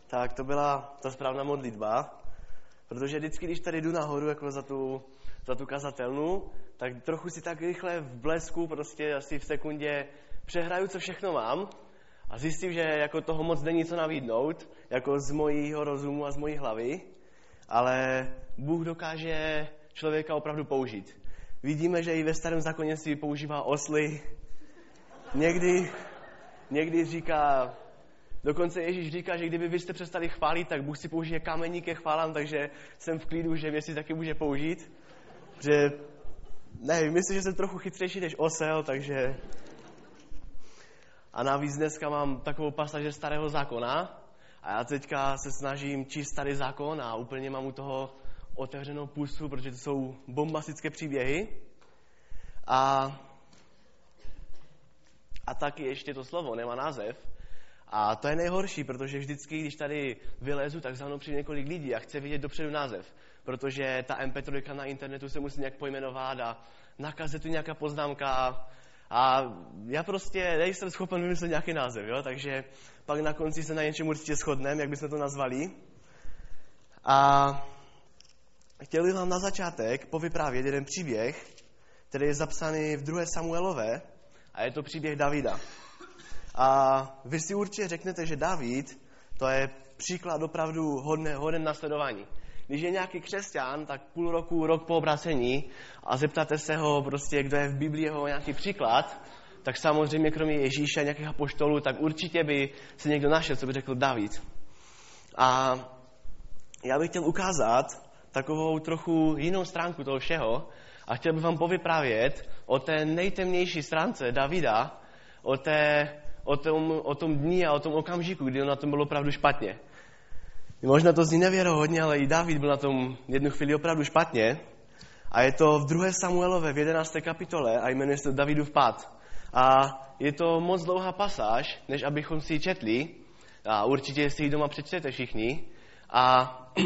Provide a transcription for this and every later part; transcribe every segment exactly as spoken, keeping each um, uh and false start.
Tak to byla ta správná modlitba, protože vždycky, když tady jdu nahoru jako za tu, za tu kazatelnu, tak trochu si tak rychle v blesku, prostě asi v sekundě přehraju, co všechno mám a zjistím, že jako toho moc není co nabídnout, jako z mojího rozumu a z mojí hlavy, ale Bůh dokáže člověka opravdu použít. Vidíme, že i ve Starém zákoně si používá osly, někdy, někdy říká, dokonce Ježíš říká, že kdyby vy jste přestali chválit, tak Bůh si použije kamení ke chválám, takže jsem v klidu, že mě si taky může použít. Že, nevím, myslím, že jsem trochu chytřejší než osel, takže... A navíc dneska mám takovou pasáž ze Starého zákona a já teďka se snažím číst Starý zákon a úplně mám u toho otevřenou pusu, protože to jsou bombastické příběhy. A, a taky ještě to slovo nemá název. A to je nejhorší, protože vždycky, když tady vylezu, tak za mnou přijde několik lidí a chce vidět dopředu název. Protože ta em pé tři na internetu se musí nějak pojmenovat a na kazetu nějaká poznámka. A já prostě nejsem schopen vymyslet nějaký název, jo? Takže pak na konci se na něčem určitě shodneme, jak bychom to nazvali. A chtěl bych vám na začátek povyprávět jeden příběh, který je zapsaný v druhé Samuelové a je to příběh Davida. A vy si určitě řeknete, že David, to je příklad opravdu hodné, hoden nasledování. Když je nějaký křesťan, tak půl roku, rok po obracení a zeptáte se ho prostě, kdo je v Biblii jeho nějaký příklad, tak samozřejmě kromě Ježíše a nějakých apoštolů, tak určitě by se někdo našel, co by řekl David. A já bych chtěl ukázat takovou trochu jinou stránku toho všeho a chtěl bych vám povyprávět o té nejtemnější stránce Davida, o, té, o, tom, o tom dní a o tom okamžiku, kdy on na tom bylo opravdu špatně. Možná to zní nevěrohodně, ale i David byl na tom jednu chvíli opravdu špatně. A je to v druhé Samuelové v jedenácté kapitole a jmenuje se Davidův pád. A je to moc dlouhá pasáž, než abychom si ji četli. A určitě si ji doma přečtete všichni. A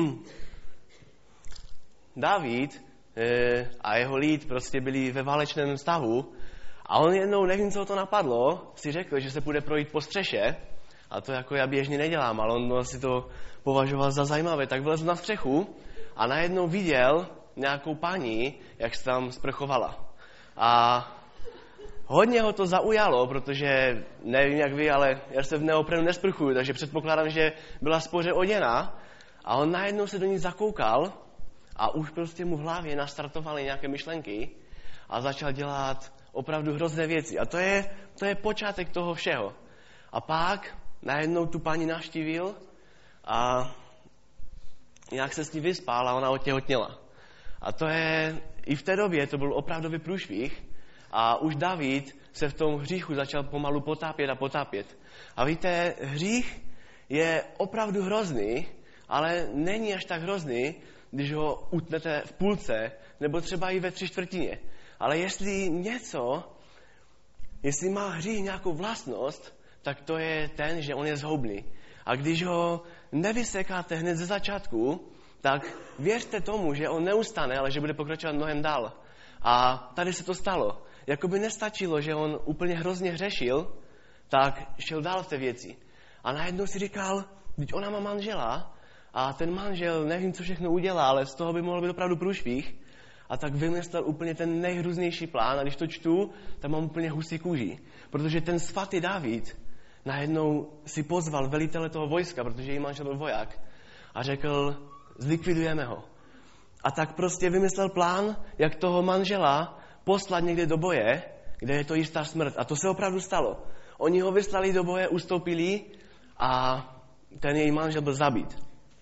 David e, a jeho lid prostě byli ve válečném stavu. A on jednou, nevím, co to napadlo, si řekl, že se půjde projít po střeše. A to jako já běžně nedělám, ale on si to považoval za zajímavé. Tak vylezl na střechu a najednou viděl nějakou paní, jak se tam sprchovala. A hodně ho to zaujalo, protože nevím jak vy, ale já se v neoprenu nesprchuju, takže předpokládám, že byla spoře oděná. A on najednou se do ní zakoukal a už prostě mu v hlavě nastartovaly nějaké myšlenky a začal dělat opravdu hrozné věci. A to je, to je počátek toho všeho. A pak najednou tu paní navštívil a nějak se s ní vyspal a ona otěhotněla. A to je, i v té době to byl opravdový průšvih a už David se v tom hříchu začal pomalu potápět a potápět. A víte, hřích je opravdu hrozný, ale není až tak hrozný, když ho utnete v půlce nebo třeba i ve tři čtvrtině. Ale jestli něco, jestli má hřích nějakou vlastnost, tak to je ten, že on je zhoubný. A když ho nevysekáte hned ze začátku, tak věřte tomu, že on neustane, ale že bude pokračovat mnohem dál. A tady se to stalo. Jakoby nestačilo, že on úplně hrozně hřešil, tak šel dál v té věci. A najednou si říkal, když ona má manžela a ten manžel nevím, co všechno udělá, ale z toho by mohl být opravdu průšvih. A tak vymyslel úplně ten nejhrůznější plán a když to čtu, tak mám úplně husí kůži. Protože ten svatý David najednou si pozval velitele toho vojska, protože její manžel byl voják a řekl, zlikvidujeme ho. A tak prostě vymyslel plán, jak toho manžela poslat někde do boje, kde je to jistá smrt. A to se opravdu stalo. Oni ho vyslali do boje, ustoupili a ten její manžel byl zabit.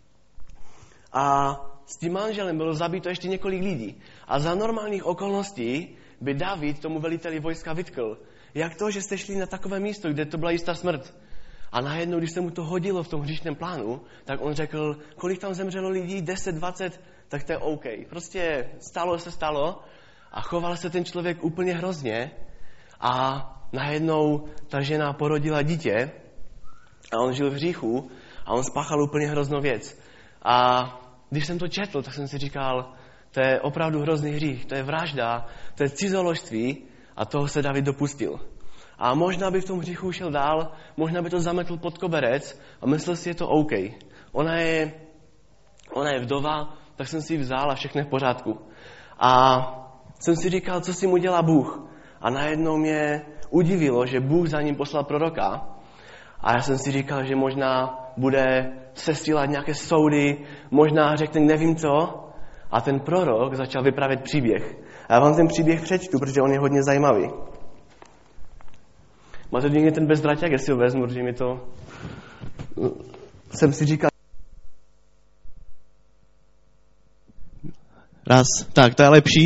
A s tím manželem bylo zabito ještě několik lidí. A za normálních okolností by David tomu veliteli vojska vytkl. Jak to, že jste šli na takové místo, kde to byla jistá smrt? A najednou, když se mu to hodilo v tom hříšném plánu, tak on řekl, kolik tam zemřelo lidí, deset, dvacet, tak to je OK. Prostě stalo se stalo a choval se ten člověk úplně hrozně a najednou ta žena porodila dítě a on žil v hříchu a on spáchal úplně hroznou věc. A když jsem to četl, tak jsem si říkal, to je opravdu hrozný hřích, to je vražda, to je cizoložství a toho se David dopustil. A možná by v tom hříchu šel dál, možná by to zametl pod koberec a myslel si, je to OK. Ona je, ona je vdova, tak jsem si ji vzal a všechno je v pořádku. A jsem si říkal, co si mu dělá Bůh. A najednou mě udivilo, že Bůh za ním poslal proroka. A já jsem si říkal, že možná bude sesílat nějaké soudy, možná řekne nevím co. A ten prorok začal vyprávět příběh. A já vám ten příběh přečtu, protože on je hodně zajímavý. Máte někde ten bezdráťák, jestli ho vezmu, protože mi to... Jsem si říkal... Raz, tak, to je lepší.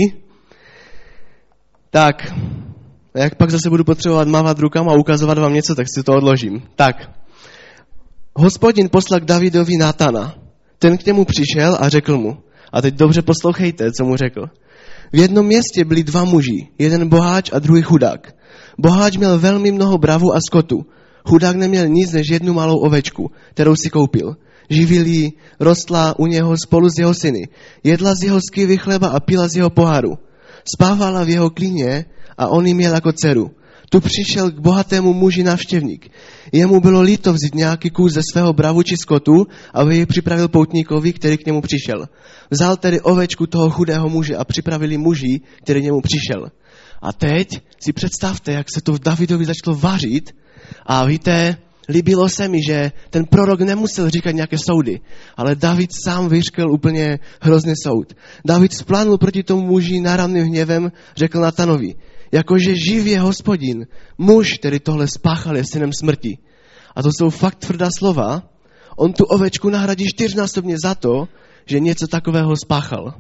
Tak, jak pak zase budu potřebovat mávat rukama a ukazovat vám něco, tak si to odložím. Tak, Hospodin poslal k Davidovi Nátana. Ten k němu přišel a řekl mu, a teď dobře poslouchejte, co mu řekl. V jednom městě byli dva muži, jeden boháč a druhý chudák. Boháč měl velmi mnoho bravu a skotu. Chudák neměl nic než jednu malou ovečku, kterou si koupil. Živil ji, rostla u něho spolu s jeho syny. Jedla z jeho skivy chleba a pila z jeho poháru. Spávala v jeho klíně a on ji měl jako dceru. Tu přišel k bohatému muži návštěvník. Jemu bylo líto vzít nějaký kus ze svého bravu či skotu, aby ji připravil poutníkovi, který k němu přišel. Vzal tedy ovečku toho chudého muže a připravili muži, který k němu přišel. A teď si představte, jak se to v Davidovi začalo vařit. A víte, líbilo se mi, že ten prorok nemusel říkat nějaké soudy, ale David sám vyřkl úplně hrozný soud. David splánul proti tomu muži náramným hněvem, řekl Natanovi, jakože živ je Hospodin, muž, který tohle spáchal, je synem smrti. A to jsou fakt tvrdá slova. On tu ovečku nahradí čtyřnásobně za to, že něco takového spáchal.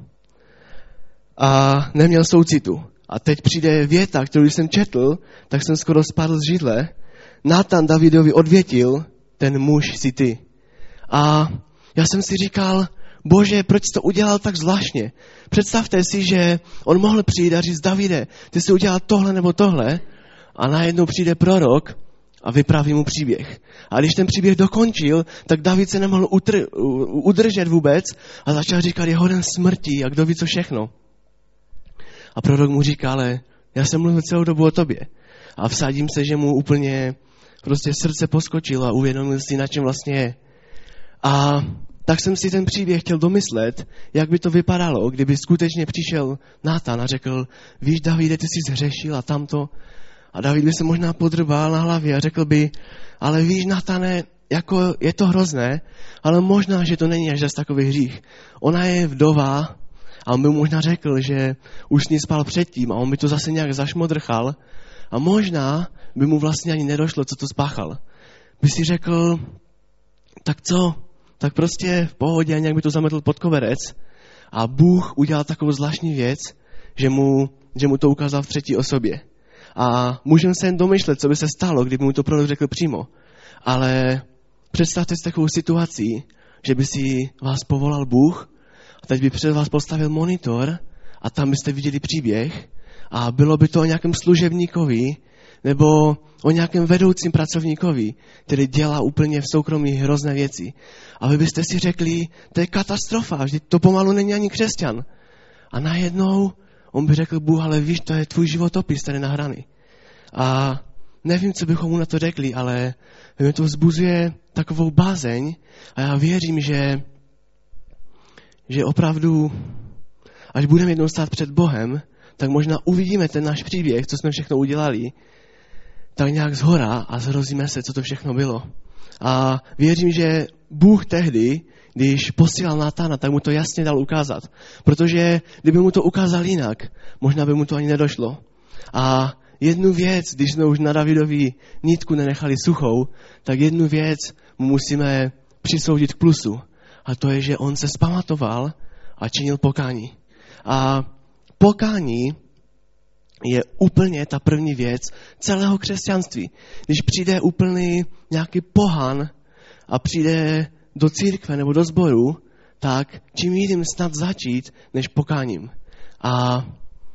A neměl soucitu. A teď přijde věta, kterou jsem četl, tak jsem skoro spadl z židle. Nátan Davidovi odvětil, ten muž si ty. A já jsem si říkal, Bože, proč jsi to udělal tak zvláštně? Představte si, že on mohl přijít a říct, Davide, ty jsi udělal tohle nebo tohle, a najednou přijde prorok a vypráví mu příběh. A když ten příběh dokončil, tak David se nemohl utr- udržet vůbec a začal říkat, je hoden smrti a kdo ví co všechno. A prorok mu říká, ale já jsem mluvil celou dobu o tobě. A vsadím se, že mu úplně prostě srdce poskočilo a uvědomil si, na čem vlastně je. A tak jsem si ten příběh chtěl domyslet, jak by to vypadalo, kdyby skutečně přišel Nátan a řekl, víš, Davide, ty jsi zhřešil a tamto. A David by se možná podrbal na hlavě a řekl by, ale víš, Nátane, jako je to hrozné, ale možná, že to není až zas takový hřích. Ona je vdova a on by mu možná řekl, že už s ní spal předtím a on by to zase nějak zašmodrchal a možná by mu vlastně ani nedošlo, co to spáchal. By si řekl, tak co? Tak prostě v pohodě a nějak by to zametl pod koberec a Bůh udělal takovou zvláštní věc, že mu, že mu to ukázal v třetí osobě. A můžeme se jen domýšlet, co by se stalo, kdyby mu to prorok řekl přímo. Ale představte si takovou situaci, že by si vás povolal Bůh a teď by před vás postavil monitor a tam byste viděli příběh a bylo by to o nějakém služebníkovi nebo o nějakém vedoucím pracovníkovi, který dělá úplně v soukromí hrozné věci. A vy byste si řekli, to je katastrofa, vždyť to pomalu není ani křesťan. A najednou on by řekl, Bůh, ale víš, to je tvůj životopis tady nahraný. A nevím, co bychom mu na to řekli, ale mě to vzbuzuje takovou bázeň a já věřím, že, že opravdu, až budeme jednou stát před Bohem, tak možná uvidíme ten náš příběh, co jsme všechno udělali, tak nějak zhora a zhrozíme se, co to všechno bylo. A věřím, že Bůh tehdy, když posílal Nátana, tak mu to jasně dal ukázat. Protože kdyby mu to ukázal jinak, možná by mu to ani nedošlo. A jednu věc, když jsme už na Davidovi nitku nenechali suchou, tak jednu věc mu musíme přisoudit k plusu. A to je, že on se zpamatoval a činil pokání. A pokání je úplně ta první věc celého křesťanství. Když přijde úplný nějaký pohan a přijde do církve nebo do sboru, tak čím jiným snad začít, než pokáním. A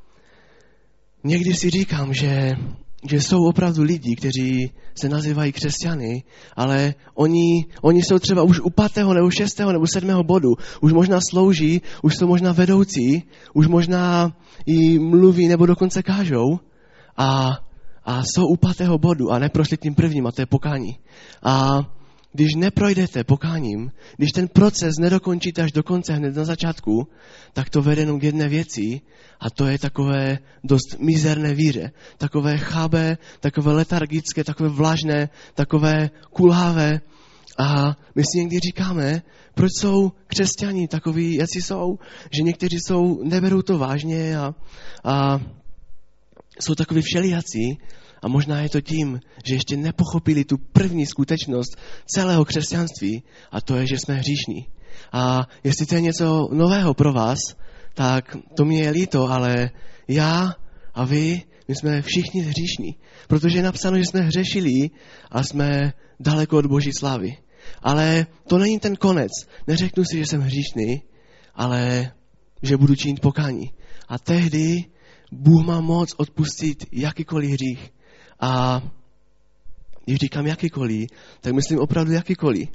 někdy si říkám, že, že jsou opravdu lidi, kteří se nazývají křesťany, ale oni, oni jsou třeba už u pátého nebo šestého nebo sedmého bodu. Už možná slouží, už jsou možná vedoucí, už možná i mluví nebo dokonce kážou. A, a jsou u pátého bodu a neprošli tím prvním, a to je pokání. A když neprojdete pokáním, když ten proces nedokončíte až do konce hned na začátku, tak to vede jenom k jedné věci a to je takové dost mizerné víře. Takové chábe, takové letargické, takové vlažné, takové kulhavé. A my si někdy říkáme, proč jsou křesťani takoví, jací jsou, že někteří jsou, neberou to vážně a, a jsou takoví všelijací. A možná je to tím, že ještě nepochopili tu první skutečnost celého křesťanství a to je, že jsme hříšní. A jestli to je něco nového pro vás, tak to mě je líto, ale já a vy, my jsme všichni hříšní. Protože je napsáno, že jsme hřešili a jsme daleko od Boží slávy. Ale to není ten konec. Neřeknu si, že jsem hříšný, ale že budu činit pokání. A tehdy Bůh má moc odpustit jakýkoliv hřích. A když říkám jakýkoliv, tak myslím opravdu jakýkoliv.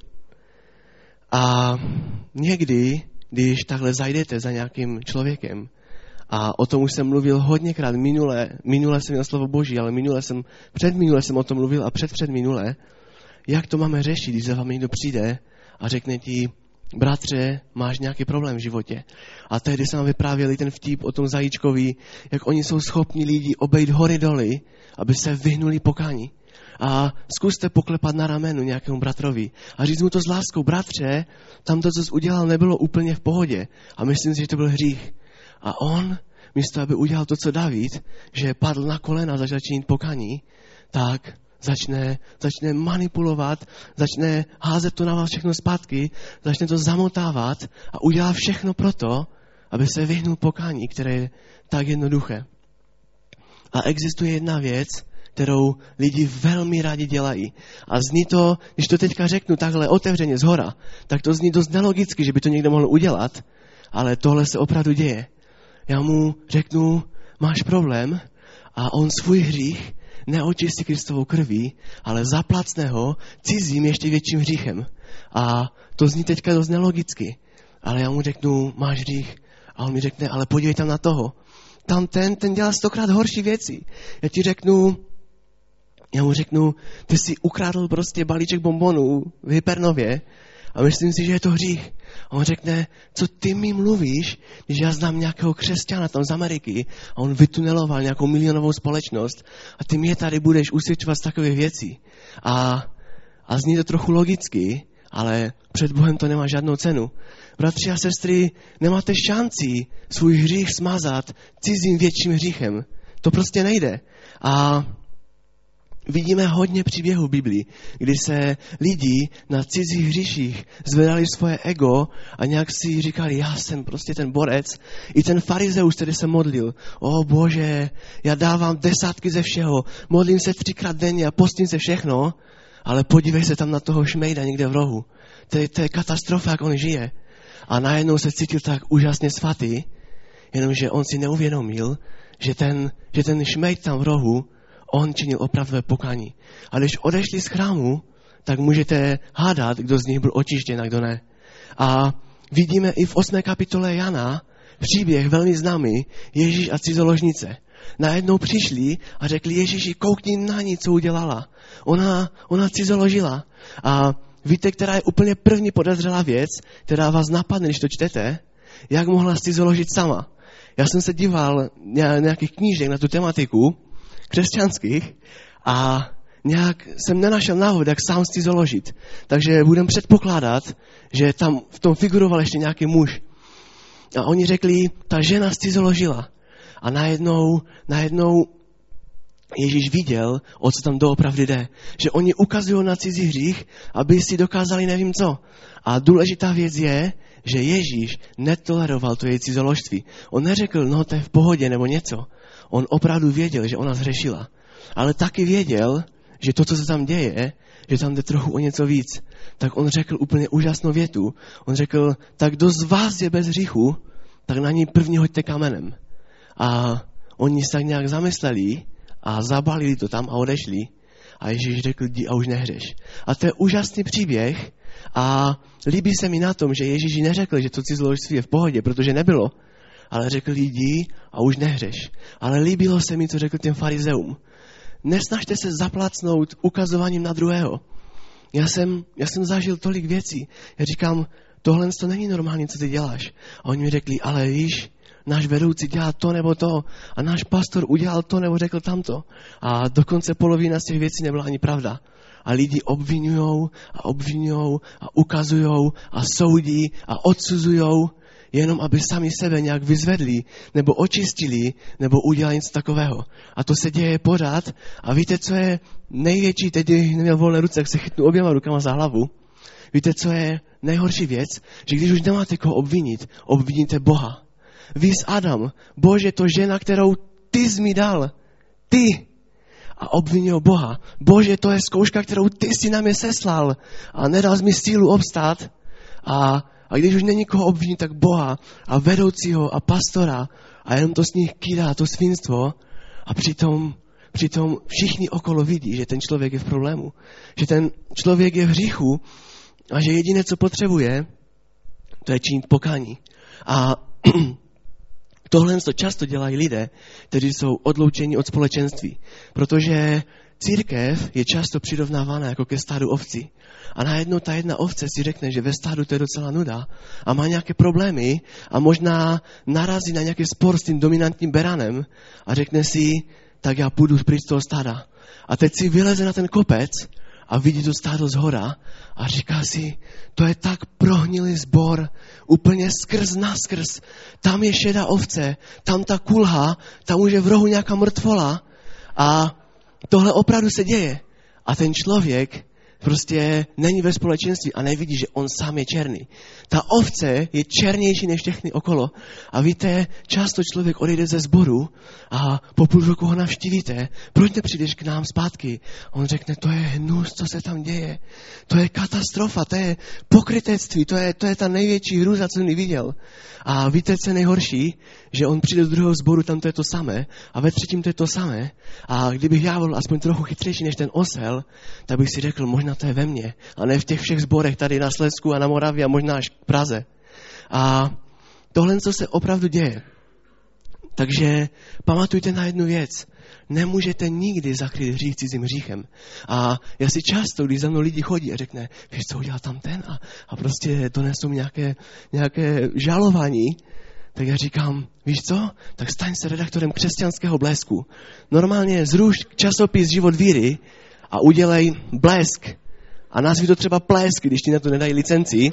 A někdy, když takhle zajdete za nějakým člověkem, a o tom už jsem mluvil hodněkrát minule, minule jsem měl slovo Boží, ale minule jsem, předminule jsem o tom mluvil a před předminule, jak to máme řešit, když za vám někdo přijde a řekne ti, bratře, máš nějaký problém v životě. A tehdy jsem vám vyprávěli ten vtip o tom zajíčkovi, jak oni jsou schopni lidi obejít hory doly, aby se vyhnuli pokání. A zkuste poklepat na ramenu nějakému bratrovi a říct mu to s láskou, bratře, tam to, co jsi udělal, nebylo úplně v pohodě. A myslím si, že to byl hřích. A on, místo aby udělal to, co David, že padl na kolena a začal činit pokání, tak začne, začne manipulovat, začne házet to na vás všechno zpátky, začne to zamotávat a udělá všechno proto, aby se vyhnul pokání, které je tak jednoduché. A existuje jedna věc, kterou lidi velmi rádi dělají. A zní to, když to teďka řeknu takhle otevřeně zhora, tak to zní dost nelogicky, že by to někdo mohl udělat, ale tohle se opravdu děje. Já mu řeknu, máš problém a on svůj hřích neočistí Kristovou krví, ale zaplácne ho cizím ještě větším hříchem. A to zní teďka dost nelogicky. Ale já mu řeknu, máš hřích. A on mi řekne, ale podívej tam na toho. Tam ten, ten dělá stokrát horší věci. Já ti řeknu, já mu řeknu, ty jsi ukradl prostě balíček bonbonů v Hypernově a myslím si, že je to hřích. A on řekne, co ty mi mluvíš, když já znám nějakého křesťana tam z Ameriky a on vytuneloval nějakou milionovou společnost a ty mě tady budeš usvědčovat z takových věcí. A, a zní to trochu logicky, ale před Bohem to nemá žádnou cenu. Bratři a sestry, nemáte šanci svůj hřích smazat cizím větším hříchem. To prostě nejde. A vidíme hodně příběhů v Biblii, kdy se lidi na cizích hříších zvedali svoje ego a nějak si říkali, já jsem prostě ten borec. I ten farizeus, který se modlil, o Bože, já dávám desátky ze všeho, modlím se třikrát denně a postím se všechno, ale podívej se tam na toho šmejda někde v rohu. To je, to je katastrofa, jak on žije. A najednou se cítil tak úžasně svatý, jenomže on si neuvědomil, že ten, že ten šmejd tam v rohu, on činil opravdové pokání. A když odešli z chrámu, tak můžete hádat, kdo z nich byl očištěn a kdo ne. A vidíme i v osmé kapitole Jana příběh velmi známý, Ježíš a cizoložnice. Najednou přišli a řekli, Ježíši, koukni na ní, co udělala. Ona, ona cizoložila. A víte, která je úplně první podezřelá věc, která vás napadne, když to čtete, jak mohla cizoložit sama. Já jsem se díval na nějakých knížek na tu tematiku, křesťanských, a nějak jsem nenašel návod, jak sám cizoložit. Takže budem předpokládat, že tam v tom figuroval ještě nějaký muž. A oni řekli, ta žena cizoložila. A najednou, najednou Ježíš viděl, o co tam doopravdy jde. Že oni ukazují na cizí hřích, aby si dokázali nevím co. A důležitá věc je, že Ježíš netoleroval to její cizoložství. On neřekl, no to je v pohodě nebo něco. On opravdu věděl, že ona zhřešila. Ale taky věděl, že to, co se tam děje, že tam jde trochu o něco víc. Tak on řekl úplně úžasnou větu. On řekl, tak kdo z vás je bez hříchu, tak na ní první hoďte kamenem. A oni se tak nějak zamysleli a zabalili to tam a odešli. A Ježíš řekl, jdi a už nehřeš. A to je úžasný příběh a líbí se mi na tom, že Ježíš neřekl, že to cizoložství je v pohodě, protože nebylo. Ale řekl, jdi a už nehřeš. Ale líbilo se mi, co řekl těm farizeum. nesnažte se zaplacnout ukazováním na druhého. Já jsem, já jsem zažil tolik věcí. Já říkám, tohle to není normální, co ty děláš. A oni mi řekli, ale víš, náš vedoucí dělá to nebo to a náš pastor udělal to nebo řekl tamto. A dokonce polovina z těch věcí nebyla ani pravda. A lidi obvinujou a obvinujou a ukazujou a soudí a odsuzujou, jenom aby sami sebe nějak vyzvedli, nebo očistili, nebo udělali něco takového. A to se děje pořád. A víte, co je největší, teď neměl volné ruce, jak se chytnu oběma rukama za hlavu. Víte, co je nejhorší věc? Že když už nemáte koho obvinit, obviníte Boha. Vy s Adam, Bože, to žena, kterou ty jsi mi dal. Ty. A obvinují Boha. Bože, to je zkouška, kterou ty jsi na mě seslal. A nedal jsi mi sílu obstát. A, a když už není koho obvinit, tak Boha a vedoucího a pastora. A jenom to z nich kýdá, to svinstvo. A přitom, přitom všichni okolo vidí, že ten člověk je v problému. Že ten člověk je v hříchu. A že jediné, co potřebuje, to je činit pokání. A tohle to často dělají lidé, kteří jsou odloučeni od společenství. Protože církev je často přirovnávána jako ke stádu ovcí. A najednou ta jedna ovce si řekne, že ve stádu to je docela nuda a má nějaké problémy a možná narazí na nějaký spor s tím dominantním beranem a řekne si, tak já půjdu pryč z toho stáda. A teď si vyleze na ten kopec a vidí to stádo zhora a říká si, to je tak prohnilý sbor, úplně skrz naskrz. Tam je šedá ovce, tam ta kulha, tam už je v rohu nějaká mrtvola a tohle opravdu se děje. A ten člověk prostě není ve společenství a nevidí, že on sám je černý. Ta ovce je černější než všechny okolo. A víte, často člověk odejde ze sboru a po půl roku ho navštívíte. Proč nepřijdeš k nám zpátky? A on řekne, to je hnus, co se tam děje. To je katastrofa, to je pokrytectví, to je, to je ta největší hrůza, co jsem viděl. A víte, co je nejhorší? Že on přijde do druhého sboru, tam to je to samé a ve třetím to je to samé. A kdybych já byl aspoň trochu chytřejší než ten osel, tak bych si řekl, možná to je ve mně. A ne v těch všech sborech tady na Slezsku a na Moravě a možná až k Praze. A tohle, co se opravdu děje. Takže pamatujte na jednu věc. Nemůžete nikdy zakrýt hřích cizím hříchem. A já si často, když za mnou lidi chodí a řekne, víš, co udělal tam ten? A, a prostě donesou nějaké, nějaké žalování. Tak já říkám, víš co? Tak staň se redaktorem Křesťanského blesku. Normálně zruš časopis Život víry a udělej Blesk. A nazvi to třeba Plesk, když ti na to nedají licenci.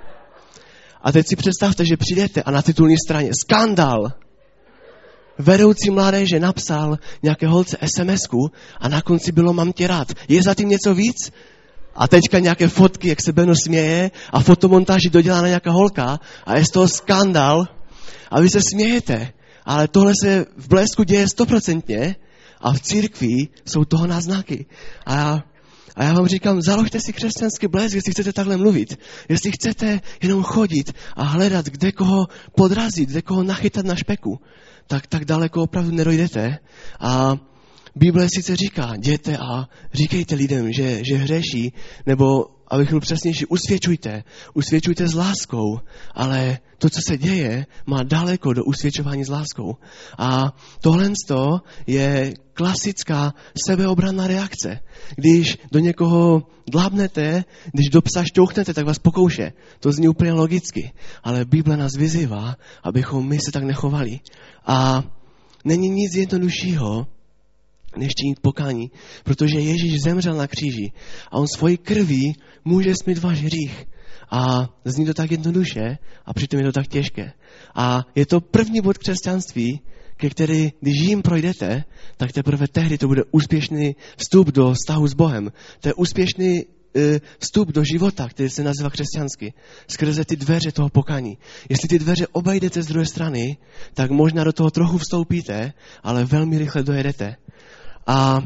A teď si představte, že přijdete a na titulní straně skandál. Vedoucí mládeže napsal nějaké holce es em esku a na konci bylo mám tě rád. Je za tím něco víc? A teďka nějaké fotky, jak se Beno směje a fotomontáži dodělána nějaká holka a je z toho skandál. A vy se smějete, ale tohle se v Blesku děje stoprocentně a v církvi jsou toho náznaky. A já, a já vám říkám, založte si křesťanský Blesk, jestli chcete takhle mluvit. Jestli chcete jenom chodit a hledat, kde koho podrazit, kde koho nachytat na špeku, tak tak daleko opravdu nedojdete. A Bible sice říká, jděte a říkejte lidem, že, že hřeší, nebo abych byl přesnější, usvědčujte, usvědčujte s láskou, ale to, co se děje, má daleko do usvědčování s láskou. A tohle je klasická sebeobranná reakce. Když do někoho dlábnete, když do psa šťouchnete, tak vás pokouše. To zní úplně logicky, ale Bible nás vyzývá, abychom my se tak nechovali. A není nic jednoduššího, než činit pokání, protože Ježíš zemřel na kříži a on svojí krví může smít váš hřích. A zní to tak jednoduše a přitom je to tak těžké. A je to první bod křesťanství, ke který, když jim projdete, tak teprve tehdy to bude úspěšný vstup do vztahu s Bohem. To je úspěšný uh, vstup do života, který se nazývá křesťansky. Skrze ty dveře toho pokání. Jestli ty dveře obejdete z druhé strany, tak možná do toho trochu vstoupíte, ale velmi rychle dojedete. A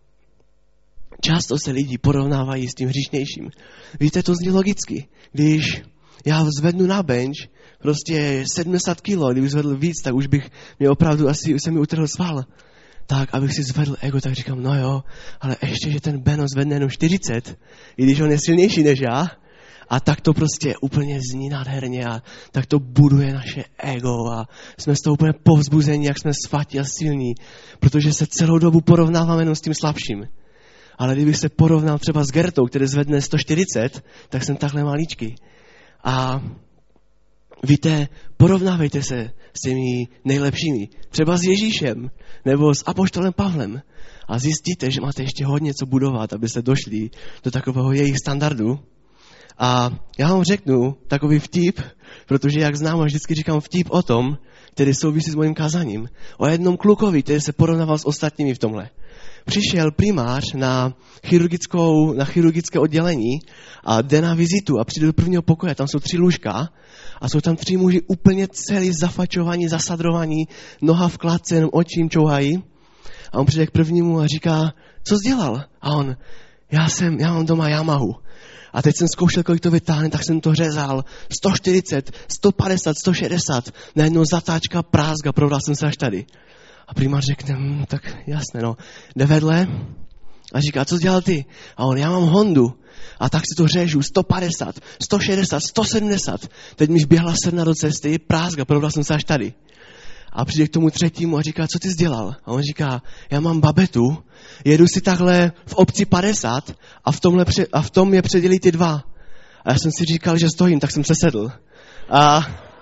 často se lidi porovnávají s tím hříšnějším. Víte, to zní logicky. Když já zvednu na bench prostě sedmdesát kilo, kdybych zvedl víc, tak už bych mě opravdu asi se mi utrhl sval. Tak, abych si zvedl ego, tak říkám, no jo, ale ještě, že ten Beno zvedne jenom čtyřicet, i když on je silnější než já. A tak to prostě úplně zní nádherně a tak to buduje naše ego a jsme z toho úplně povzbuzení, jak jsme svatí a silní, protože se celou dobu porovnáváme jenom s tím slabším. Ale kdybych se porovnal třeba s Gertou, který zvedne sto čtyřicet, tak jsem takhle maličký. A víte, porovnávejte se s těmi nejlepšími. Třeba s Ježíšem nebo s apoštolem Pavlem. A zjistíte, že máte ještě hodně co budovat, abyste došli do takového jejich standardu. A já vám řeknu takový vtip, protože jak znám, vždycky říkám vtip o tom, který souvisí s mojím kázáním. O jednom klukovi, který se porovnával s ostatními v tomhle. Přišel primář na, chirurgickou, na chirurgické oddělení a jde na vizitu a přijde do prvního pokoje. Tam jsou tři lůžka a jsou tam tři muži úplně celý zafačovaní, zasadrovaní, noha v kladce, jenom oči jim čouhají. A on přijde k prvnímu a říká, co jsi dělal? A on, já jsem, já mám doma Yamahu. A teď jsem zkoušel, kolik to vytáhne, tak jsem to řezal. sto čtyřicet, sto padesát, sto šedesát. Najednou zatáčka, prázga, prodal jsem se až tady. A primář řekne, hm, tak jasné, no. Jde vedle a říká, co jsi dělal ty? A on, já mám Hondu. A tak si to řežu, sto padesát, sto šedesát, sto sedmdesát. Teď mi běhla srna do cesty, prázga, prodal jsem se až tady. A přijde k tomu třetímu a říká, co ty jsi dělal? A on říká, já mám babetu, jedu si takhle v obci padesát a v, tomhle pře- a v tom je předělí ty dva. A já jsem si říkal, že stojím, tak jsem se sedl. A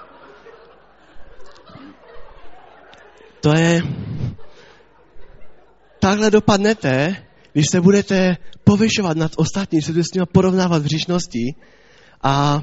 to je... Takhle dopadnete, když se budete povyšovat nad ostatní, když se budete s nimi porovnávat v hříšnosti. A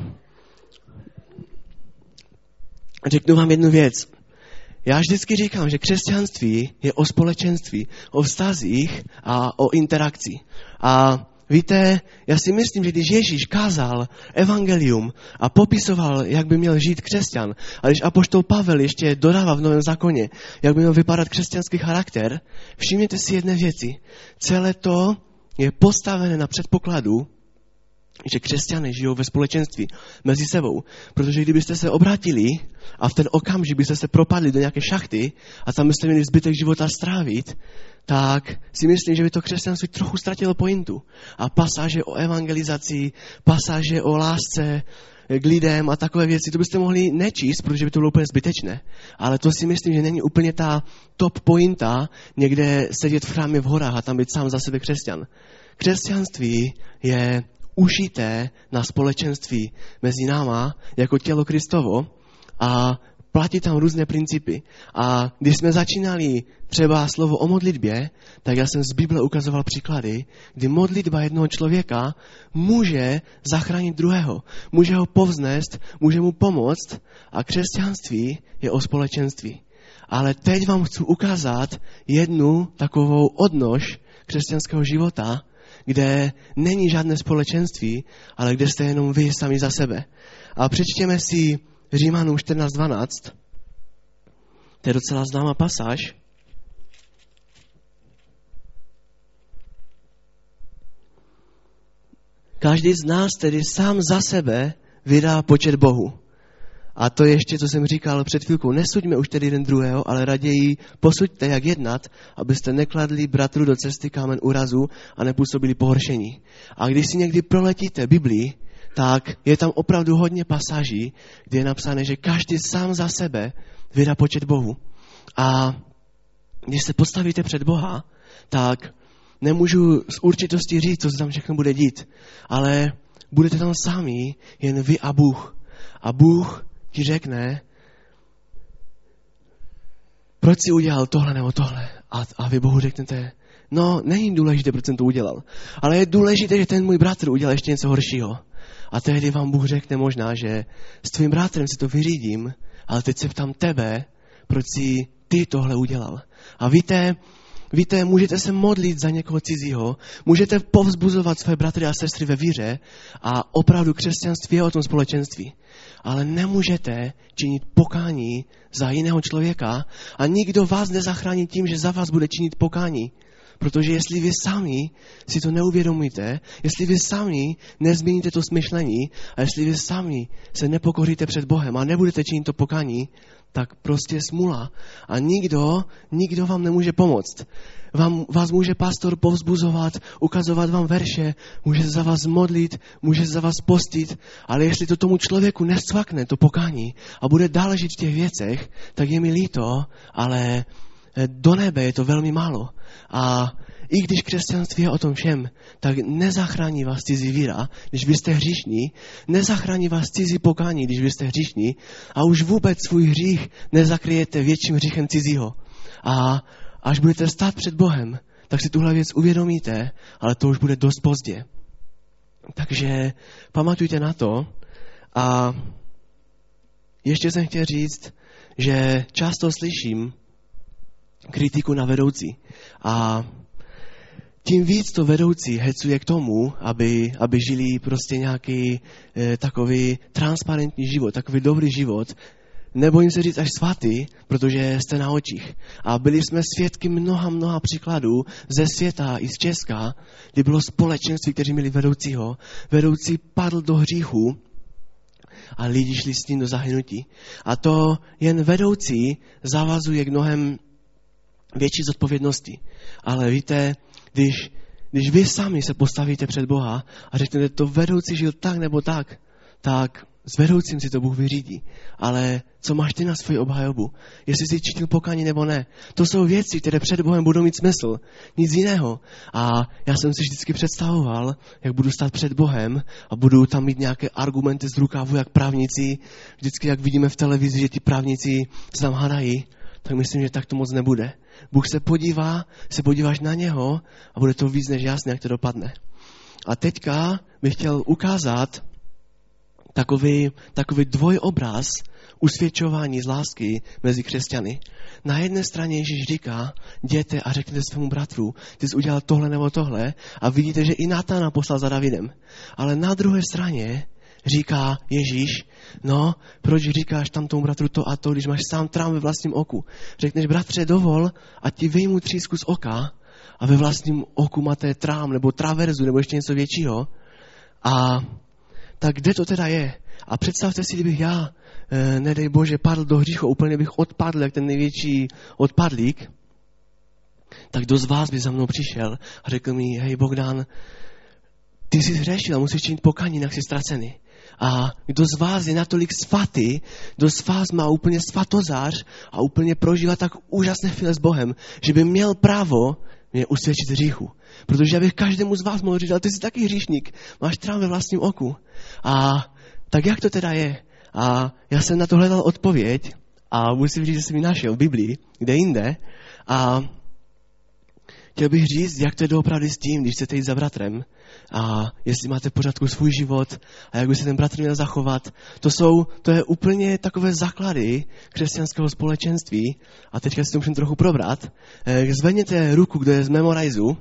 řeknu vám jednu věc. Já vždycky říkám, že křesťanství je o společenství, o vztazích a o interakci. A víte, já si myslím, že když Ježíš kázal evangelium a popisoval, jak by měl žít křesťan, a když apoštol Pavel ještě dodával v Novém zákoně, jak by měl vypadat křesťanský charakter, všimněte si jedné věci. Celé to je postavené na předpokladu, že křesťané žijou ve společenství mezi sebou. Protože kdybyste se obrátili a v ten okamžik byste se propadli do nějaké šachty a tam byste měli zbytek života strávit, tak si myslím, že by to křesťanství trochu ztratilo pointu. A pasáže o evangelizaci, pasáže o lásce k lidem a takové věci, to byste mohli nečíst, protože by to bylo úplně zbytečné. Ale to si myslím, že není úplně ta top pointa někde sedět v chrámě v horách a tam být sám za sebe křesťan. Křesťanství je ušité na společenství mezi náma jako tělo Kristovo a platí tam různé principy. A když jsme začínali třeba slovo o modlitbě, tak já jsem z Bible ukazoval příklady, kdy modlitba jednoho člověka může zachránit druhého, může ho povznést, může mu pomoct a křesťanství je o společenství. Ale teď vám chci ukázat jednu takovou odnož křesťanského života, kde není žádné společenství, ale kde jste jenom vy sami za sebe. A přečtěme si Římanům čtrnáct dvanáct. To je docela známá pasáž. Každý z nás tedy sám za sebe vydá počet Bohu. A to ještě, co jsem říkal před chvilkou, nesuďme už tedy jeden druhého, ale raději posuďte, jak jednat, abyste nekladli bratru do cesty kámen úrazu a nepůsobili pohoršení. A když si někdy proletíte Biblii, tak je tam opravdu hodně pasáží, kde je napsané, že každý sám za sebe vydá počet Bohu. A když se postavíte před Boha, tak nemůžu s určitostí říct, co se tam všechno bude dít, ale budete tam sami, jen vy a Bůh. A Bůh ti řekne, proč jsi udělal tohle nebo tohle. A, a vy Bohu řeknete, no není důležité, proč jsem to udělal, ale je důležité, že ten můj bratr udělal ještě něco horšího. A tehdy vám Bůh řekne možná, že s tvým bratrem si to vyřídím, ale teď se ptám tebe, proč jsi ty tohle udělal. A víte, víte, můžete se modlit za někoho cizího, můžete povzbuzovat své bratry a sestry ve víře a opravdu křesťanství je o tom společenství. Ale nemůžete činit pokání za jiného člověka a nikdo vás nezachrání tím, že za vás bude činit pokání. Protože jestli vy sami si to neuvědomíte, jestli vy sami nezměníte to smyšlení a jestli vy sami se nepokoříte před Bohem a nebudete činit to pokání, tak prostě smula. A nikdo, nikdo vám nemůže pomoct. Vám, vás může pastor povzbuzovat, ukazovat vám verše, může se za vás modlit, může se za vás postit, ale jestli to tomu člověku nescvakne, to pokání, a bude dál žít v těch věcech, tak je mi líto, ale do nebe je to velmi málo. A i když křesťanství je o tom všem, tak nezachrání vás cizí víra, když vy jste hříšní, nezachrání vás cizí pokání, když vy jste hříšní, a už vůbec svůj hřích nezakryjete větším hříchem cizího. A až budete stát před Bohem, tak si tuhle věc uvědomíte, ale to už bude dost pozdě. Takže pamatujte na to. A ještě jsem chtěl říct, že často slyším kritiku na vedoucí. A tím víc to vedoucí hecuje k tomu, aby, aby žili prostě nějaký eh, takový transparentní život, takový dobrý život. Nebojím se říct až svatý, protože jste na očích. A byli jsme svědky mnoha, mnoha příkladů ze světa i z Česka, kdy bylo společenství, kteří měli vedoucího. Vedoucí padl do hříchu a lidi šli s ním do zahynutí. A to jen vedoucí zavazuje k mnohem větší zodpovědnosti. Ale víte, když, když vy sami se postavíte před Boha a řeknete, to vedoucí žil tak nebo tak, tak s vedoucím si to Bůh vyřídí. Ale co máš ty na svoji obhajobu? Jestli jsi činil pokání nebo ne? To jsou věci, které před Bohem budou mít smysl. Nic jiného. A já jsem si vždycky představoval, jak budu stát před Bohem a budu tam mít nějaké argumenty z rukávu, jak právníci. Vždycky, jak vidíme v televizi, že ti právníci se tam hádají, tak myslím, že tak to moc nebude. Bůh se podívá, se podíváš na něho a bude to víc než jasné, jak to dopadne. A teďka bych chtěl ukázat takový, takový dvojobraz usvědčování z lásky mezi křesťany. Na jedné straně Ježíš říká, jděte a řekněte svému bratru, ty jsi udělal tohle nebo tohle, a vidíte, že i Natana poslal za Davidem. Ale na druhé straně říká Ježíš, no, proč říkáš tam tomu bratru to a to, když máš sám trám ve vlastním oku. Řekneš, bratře, dovol, a ti vyjmu třísku z oka a ve vlastním oku máte trám nebo traverzu nebo ještě něco většího. A tak kde to teda je? A představte si, kdybych já, eh, nedej Bože, padl do hříchu, úplně bych odpadl, jak ten největší odpadlík, tak kdo z vás by za mnou přišel a řekl mi, hej Bogdan, ty jsi zhřešil a musíš činit pokání, jinak jsi ztracený. A kdo z vás je natolik svatý, kdo z vás má úplně svatozář a úplně prožívá tak úžasné chvíle s Bohem, že by měl právo mě usvědčit z hříchu. Protože já bych každému z vás mohl říct, ale ty jsi taky hříšník, máš trám ve vlastním oku. A tak jak to teda je? A já jsem na to hledal odpověď a musím říct, že jsem ji našel v Biblii, kde jinde. A chtěl bych říct, jak to je doopravdy s tím, když chcete jít za bratrem a jestli máte v pořádku svůj život a jak by se ten bratr měl zachovat. To jsou, to je úplně takové základy křesťanského společenství. A teďka si to musím trochu probrat. Zvedněte ruku, kdo je z Memorizu.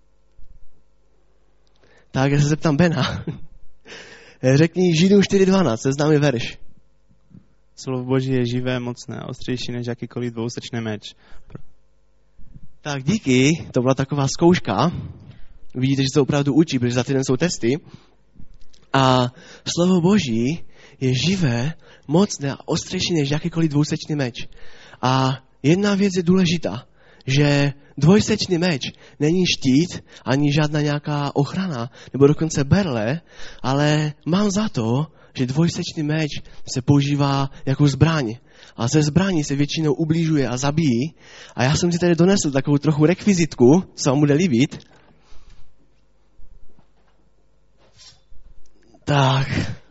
Tak já se zeptám Bena. Řekni Židům čtyři dvanáct, se známý verš. Slovo Boží je živé, mocné a ostřejší než jakýkoliv dvousečný meč. Tak díky, to byla taková zkouška. Vidíte, že se opravdu učí, protože za týden jsou testy. A slovo Boží je živé, mocné a ostřejší než jakýkoliv dvousečný meč. A jedna věc je důležitá, že dvojsečný meč není štít, ani žádná nějaká ochrana, nebo dokonce berle, ale mám za to, že dvojsečný meč se používá jako zbraň. A ze zbraní se většinou ubližuje a zabíjí. A já jsem si tady donesl takovou trochu rekvizitku, co vám bude líbit. Tak.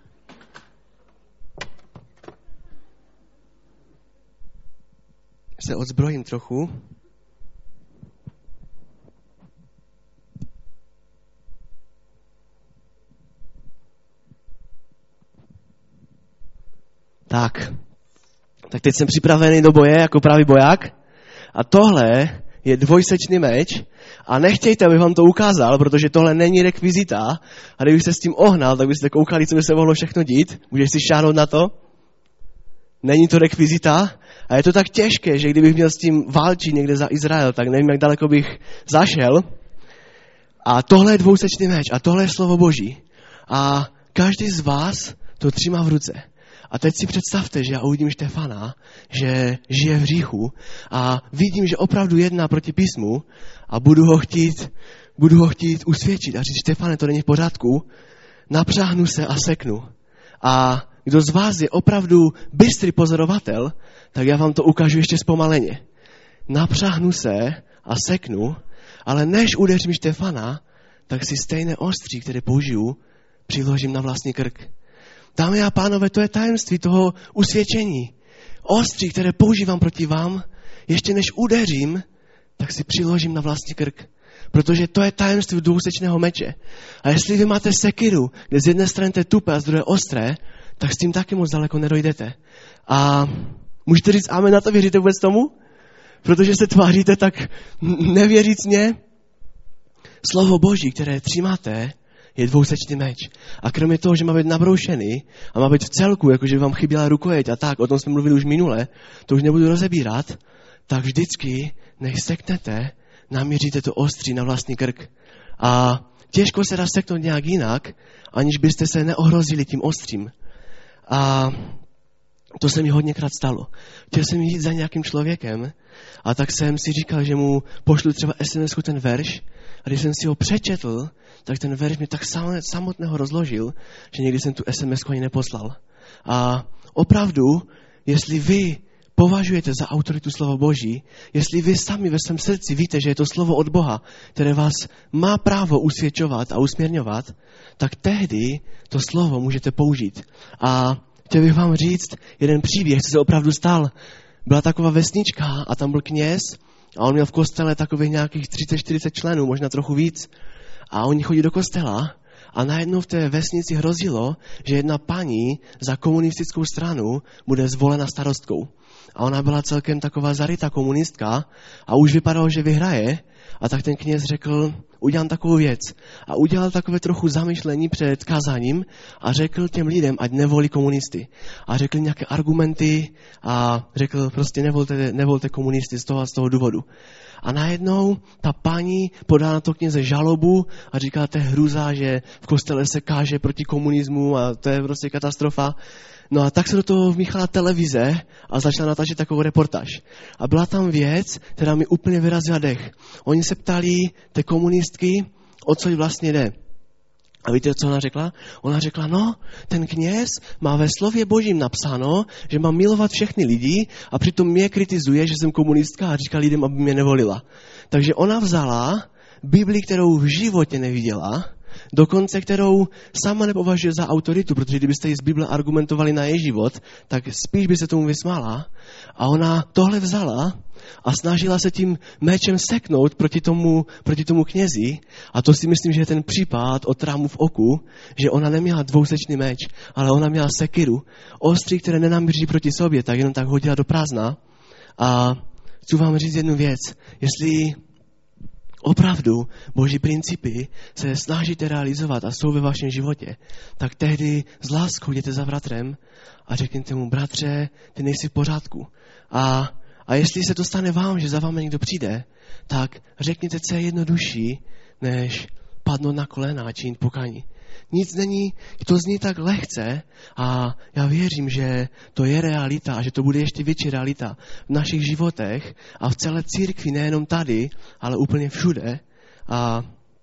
Se odzbrojím trochu. Tak. Tak teď jsem připravený do boje jako pravý boják. A tohle je dvojsečný meč. A nechtějte, abych vám to ukázal, protože tohle není rekvizita. A kdybych se s tím ohnal, tak byste koukali, co by se mohlo všechno dít. Můžeš si šáhnout na to? není to rekvizita a je to tak těžké, že kdybych měl s tím válčit někde za Izrael, tak nevím, jak daleko bych zašel. A tohle je dvousečný meč a tohle je slovo Boží. A každý z vás to třimá v ruce. A teď si představte, že já uvidím Štefana, že žije v hříchu a vidím, že opravdu jedná proti písmu a budu ho chtít, budu ho chtít usvědčit a říct, Štefane, to není v pořádku, napřáhnu se a seknu. A kdo z vás je opravdu bystrý pozorovatel, tak já vám to ukážu ještě zpomaleně. Napřáhnu se a seknu, ale než udeřím Štefana, tak si stejné ostří, které použiju, přiložím na vlastní krk. Dámy a pánové, to je tajemství toho usvědčení. Ostří, které používám proti vám, ještě než udeřím, tak si přiložím na vlastní krk. Protože to je tajemství dvousečného meče. A jestli vy máte sekiru, kde z jedné strany to je tupé a z druhé ostré, tak s tím taky moc daleko nedojdete. A můžete říct amen na to, věříte vůbec tomu? Protože se tváříte tak nevěřícně. Slovo Boží, které třimáte, je dvousečný meč. A kromě toho, že má být nabroušený a má být v celku, jakože vám chyběla rukojeť a tak, o tom jsme mluvili už minule, to už nebudu rozebírat, tak vždycky, než seknete, namíříte to ostří na vlastní krk. A těžko se dá seknout nějak jinak, aniž byste se neohrozili tím ostřím. A to se mi hodněkrát stalo. Chtěl jsem jít za nějakým člověkem a tak jsem si říkal, že mu pošlu třeba es em esku ten verš a když jsem si ho přečetl, tak ten verš mě tak samotného rozložil, že někdy jsem tu es em esku ani neposlal. A opravdu, jestli vy považujete za autoritu slova Boží, jestli vy sami ve svém srdci víte, že je to slovo od Boha, které vás má právo usvědčovat a usměrňovat, tak tehdy to slovo můžete použít. A chtěl bych vám říct jeden příběh, co se opravdu stal. Byla taková vesnička a tam byl kněz a on měl v kostele takových nějakých třicet čtyřicet členů, možná trochu víc. A oni chodí do kostela a najednou v té vesnici hrozilo, že jedna paní za komunistickou stranu bude zvolena starostkou. A ona byla celkem taková zarytá komunistka a už vypadalo, že vyhraje. A tak ten kněz řekl, udělám takovou věc. A udělal takové trochu zamyšlení před kazáním a řekl těm lidem, ať nevolí komunisty. A řekl nějaké argumenty a řekl, prostě nevolte, nevolte komunisty z toho a z toho důvodu. A najednou ta paní podala na to kněze žalobu a říká, to je hruza, že v kostele se káže proti komunismu a to je prostě katastrofa. No a tak se do toho vmíchala televize a začala natáčet takovou reportáž. A byla tam věc, která mi úplně vyrazila dech. Oni se ptali té komunistky, o co jí vlastně jde. A víte, co ona řekla? Ona řekla, no, ten kněz má ve slově Božím napsáno, že má milovat všechny lidi a přitom mě kritizuje, že jsem komunistka a říká lidem, aby mě nevolila. Takže ona vzala Bibli, kterou v životě neviděla, dokonce kterou sama nepovažuje za autoritu, protože kdybyste ji z Bible argumentovali na její život, tak spíš by se tomu vysmála. A ona tohle vzala a snažila se tím mečem seknout proti tomu, proti tomu knězi. A to si myslím, že je ten případ od trámu v oku, že ona neměla dvousečný meč, ale ona měla sekiru. Ostří, které nenamíří proti sobě, tak jenom tak hodila do prázdna. A chci vám říct jednu věc. Jestli opravdu Boží principy se snažíte realizovat a jsou ve vašem životě, tak tehdy s láskou jděte za bratrem a řekněte mu, bratře, ty nejsi v pořádku. A, a jestli se to stane vám, že za vámi někdo přijde, tak řekněte, co je jednodušší, než padnout na kolena a činit pokání. Nic není, to zní tak lehce a já věřím, že to je realita a že to bude ještě větší realita v našich životech a v celé církvi, nejenom tady, ale úplně všude. A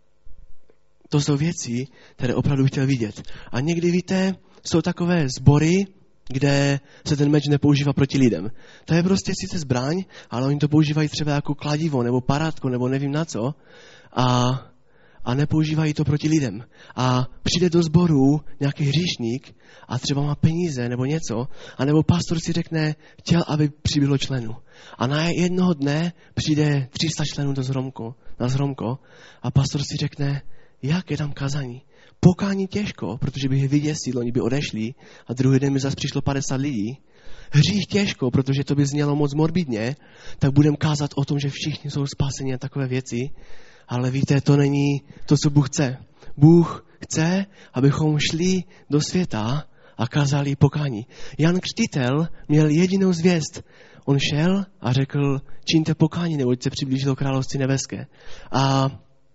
to jsou věci, které opravdu chtěl vidět. A někdy, víte, jsou takové sbory, kde se ten meč nepoužívá proti lidem. To je prostě sice zbraň, ale oni to používají třeba jako kladivo nebo parátko nebo nevím na co. A a nepoužívají to proti lidem. A přijde do sboru nějaký hříšník a třeba má peníze nebo něco, anebo pastor si řekne, chtěl, aby přibylo členů. A na jednoho dne přijde tři sta členů do zhromko, na zhromko a pastor si řekne, jak je tam kazání. Pokání těžko, protože by je vyděsil, oni by odešli a druhý den mi zase přišlo padesát lidí. Hřích těžko, protože to by znělo moc morbidně, tak budeme kázat o tom, že všichni jsou spaseni a takové věci. Ale víte, to není to, co Bůh chce. Bůh chce, abychom šli do světa a a kázali pokání. Jan Křtitel měl jedinou zvěst. On šel a řekl, čiňte pokání, neboť se přiblížilo království nebeské. A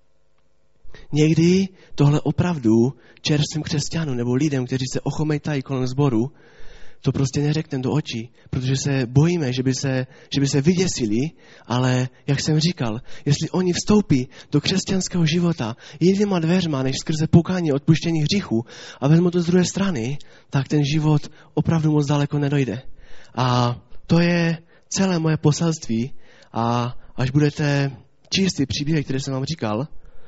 někdy tohle opravdu čerstvým křesťanům nebo lidem, kteří se ochomejtají kolem sboru, to prostě neřekneme do očí, protože se bojíme, že by se, že by se vyděsili, ale jak jsem říkal, jestli oni vstoupí do křesťanského života jinýma dveřma, než skrze pokání odpuštění hříchů a vezmu to z druhé strany, tak ten život opravdu moc daleko nedojde. A to je celé moje poselství a až budete číst ty příběhy, které jsem vám říkal,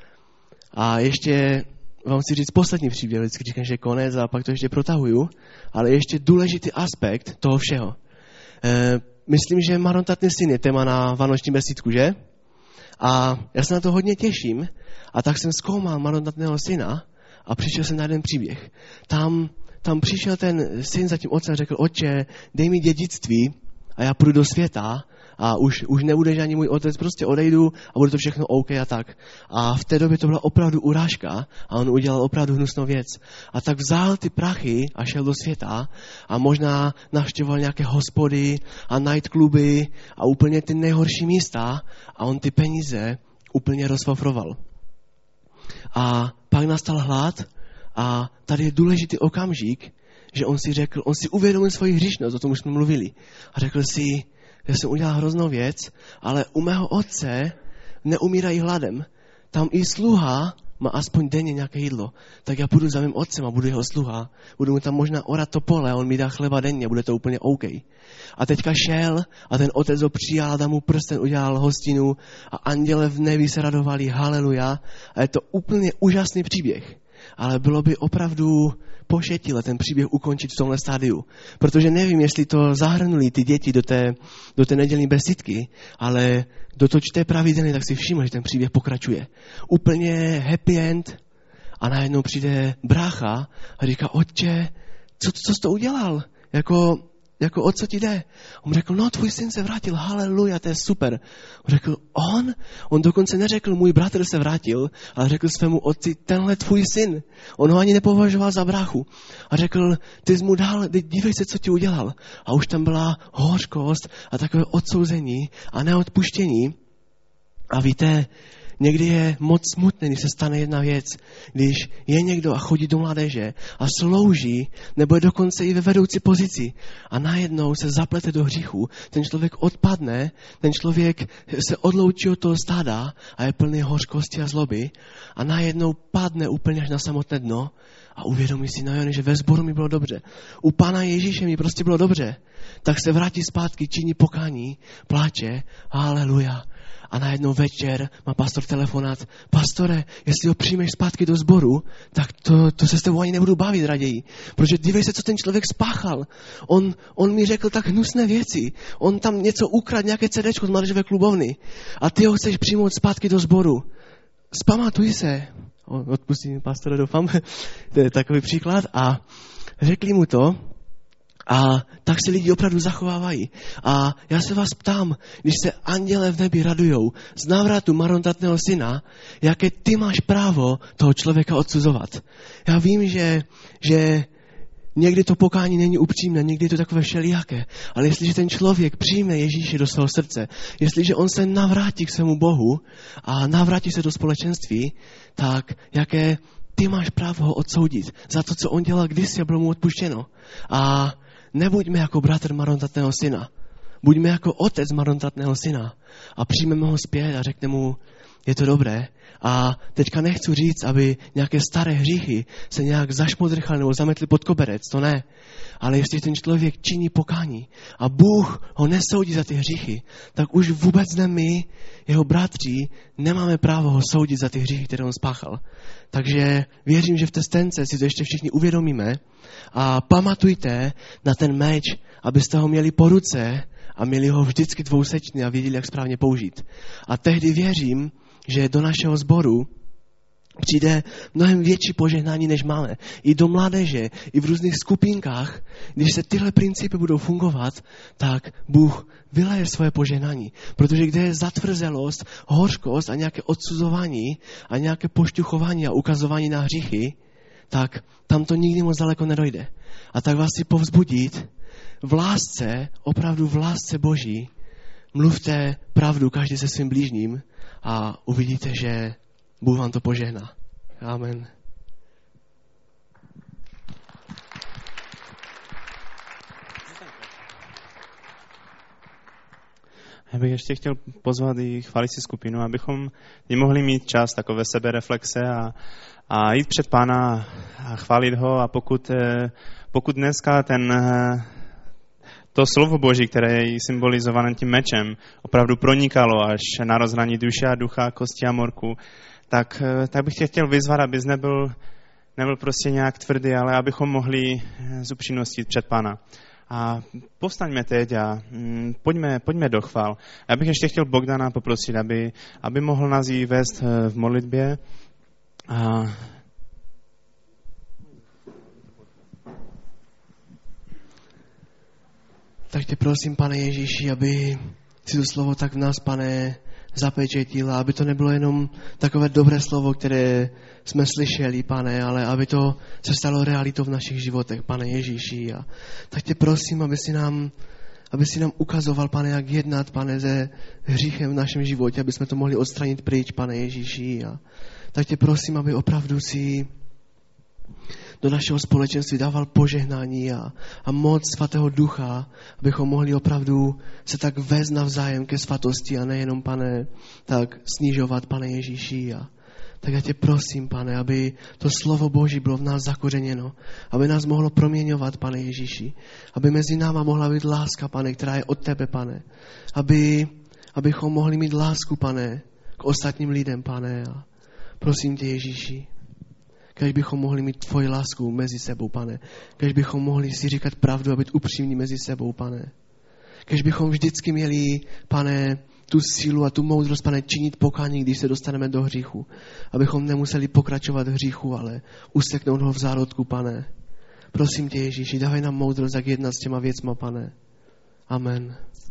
a ještě vám chci říct poslední příběh, vždycky říkám, že je konec a pak to ještě protahuju, ale ještě důležitý aspekt toho všeho. E, myslím, že Marnotratný syn je téma na vánoční besídku, že? A já se na to hodně těším a tak jsem zkoumal Marnotratného syna a přišel jsem na jeden příběh. Tam, tam přišel ten syn za tím otcem a řekl, otče, dej mi dědictví a já půjdu do světa a už, už nebudeš ani můj otec, prostě odejdu a bude to všechno OK a tak. A v té době to byla opravdu urážka a on udělal opravdu hnusnou věc. A tak vzal ty prachy a šel do světa a možná navštěvoval nějaké hospody a nightcluby a úplně ty nejhorší místa a on ty peníze úplně rozfafroval. A pak nastal hlad a tady je důležitý okamžik, že on si řekl, on si uvědomil svoji hříšnost, o tom už jsme mluvili. A řekl si, že jsem udělal hroznou věc, ale u mého otce neumírají hladem. Tam i sluha má aspoň denně nějaké jídlo. Tak já půjdu za mým otcem a budu jeho sluha. Budu mu tam možná orat to pole a on mi dá chleba denně, bude to úplně OK. A teďka šel a ten otec ho přijal, dal mu prsten, udělal hostinu a anděle v nebi se radovali, haleluja. A je to úplně úžasný příběh. Ale bylo by opravdu pošetilé ten příběh ukončit v tomhle stádiu. Protože nevím, jestli to zahrnuli ty děti do té, do té nedělní besídky, ale kdo to čte pravidelně, tak si všiml, že ten příběh pokračuje. Úplně happy end a najednou přijde brácha a říká, otče, co, co jsi to udělal? Jako, jako o co ti jde? On řekl, no tvůj syn se vrátil, haleluja, to je super. On řekl, on? On dokonce neřekl, můj bratr se vrátil, ale řekl svému otci, tenhle tvůj syn. On ho ani nepovažoval za bráchu. A řekl, ty jsi mu dal, dívej se, co ti udělal. A už tam byla hořkost a takové odsouzení a neodpuštění. A víte, někdy je moc smutné, když se stane jedna věc, když je někdo a chodí do mládeže a slouží, nebo je dokonce i ve vedoucí pozici a najednou se zaplete do hříchu, ten člověk odpadne, ten člověk se odloučí od toho stáda a je plný hořkosti a zloby a najednou padne úplně až na samotné dno a uvědomí si, no jo, že ve sboru mi bylo dobře. U Pána Ježíše mi prostě bylo dobře. Tak se vrátí zpátky, činí pokání, pláče, haleluja. A najednou večer má pastor telefonát, pastore, jestli ho přijmeš zpátky do sboru, tak to, to se s tebou ani nebudu bavit raději. Protože dívej se, co ten člověk spáchal. On, on mi řekl tak hnusné věci. On tam něco ukradl, nějaké CDčko z mládežové klubovny. A ty ho chceš přijmout zpátky do sboru. Zpamatuj se. Odpustím pastore, doufám. To je takový příklad. A řekli mu to. A tak se lidi opravdu zachovávají. A já se vás ptám, když se anděle v nebi radujou z návratu marnotratného syna, jaké ty máš právo toho člověka odsuzovat. Já vím, že, že někdy to pokání není upřímné, někdy je to takové všelijaké, ale jestliže ten člověk přijme Ježíše do svého srdce, jestliže on se navrátí k svému Bohu a navrátí se do společenství, tak jaké ty máš právo ho odsoudit za to, co on dělal kdysi a bylo mu odpuštěno. A nebuďme jako bratr marnotratného syna. Buďme jako otec marnotratného syna a přijmeme ho zpět a řekneme mu, je to dobré. A teďka nechci říct, aby nějaké staré hříchy se nějak zašmodrchaly nebo zametly pod koberec, to ne. Ale jestli ten člověk činí pokání a Bůh ho nesoudí za ty hříchy, tak už vůbec ne my, jeho bratři, nemáme právo ho soudit za ty hříchy, které on spáchal. Takže věřím, že v té stence si to ještě všichni uvědomíme a pamatujte na ten meč, abyste ho měli po ruce a měli ho vždycky dvousečný a věděli, jak správně použít. A tehdy věřím, že do našeho sboru přijde mnohem větší požehnání, než máme. I do mládeže, i v různých skupinkách, když se tyhle principy budou fungovat, tak Bůh vyleje svoje požehnání. Protože kde je zatvrzelost, hořkost a nějaké odsuzování a nějaké pošťuchování a ukazování na hříchy, tak tam to nikdy moc daleko nedojde. A tak vás chci povzbudit, v lásce, opravdu v lásce Boží, mluvte pravdu každý se svým blížním a uvidíte, že Bůh vám to požehná. Amen. Já bych ještě chtěl pozvat i chválící skupinu, abychom mohli mít čas takové sebereflexe a, a jít před Pána a chválit ho. A pokud, pokud dneska ten, to slovo Boží, které je symbolizované tím mečem, opravdu pronikalo až na rozhraní duše a ducha, kosti a morku, tak, tak bych tě chtěl vyzvat, abys nebyl, nebyl prostě nějak tvrdý, ale abychom mohli z upřímnosti před Pána. A povstaňme teď a mm, pojďme, pojďme do chvál. Já bych ještě chtěl Bogdana poprosit, aby, aby mohl nás jí vést v modlitbě. A tak tě prosím, Pane Ježíši, aby si to slovo tak v nás, Pane, zapečetila, aby to nebylo jenom takové dobré slovo, které jsme slyšeli, Pane, ale aby to se stalo realitou v našich životech, Pane Ježíši. A tak tě prosím, aby si nám, aby si nám ukazoval, Pane, jak jednat, Pane, se hříchem v našem životě, aby jsme to mohli odstranit pryč, Pane Ježíši. A tak tě prosím, aby opravdu si do našeho společenství dával požehnání a, a moc Svatého Ducha, abychom mohli opravdu se tak vést navzájem ke svatosti a nejenom, Pane, tak snižovat, Pane Ježíši. A tak já tě prosím, Pane, aby to slovo Boží bylo v nás zakořeněno, aby nás mohlo proměňovat, Pane Ježíši, aby mezi náma mohla být láska, Pane, která je od tebe, Pane, aby, abychom mohli mít lásku, Pane, k ostatním lidem, Pane. A prosím tě, Ježíši, kež bychom mohli mít tvoji lásku mezi sebou, Pane. Kež bychom mohli si říkat pravdu a být upřímní mezi sebou, Pane. Kež bychom vždycky měli, Pane, tu sílu a tu moudrost, Pane, činit pokání, když se dostaneme do hříchu. Abychom nemuseli pokračovat v hříchu, ale useknout ho v zárodku, Pane. Prosím tě, Ježíši, dávej nám moudrost, jak jednat s těma věcma, Pane. Amen.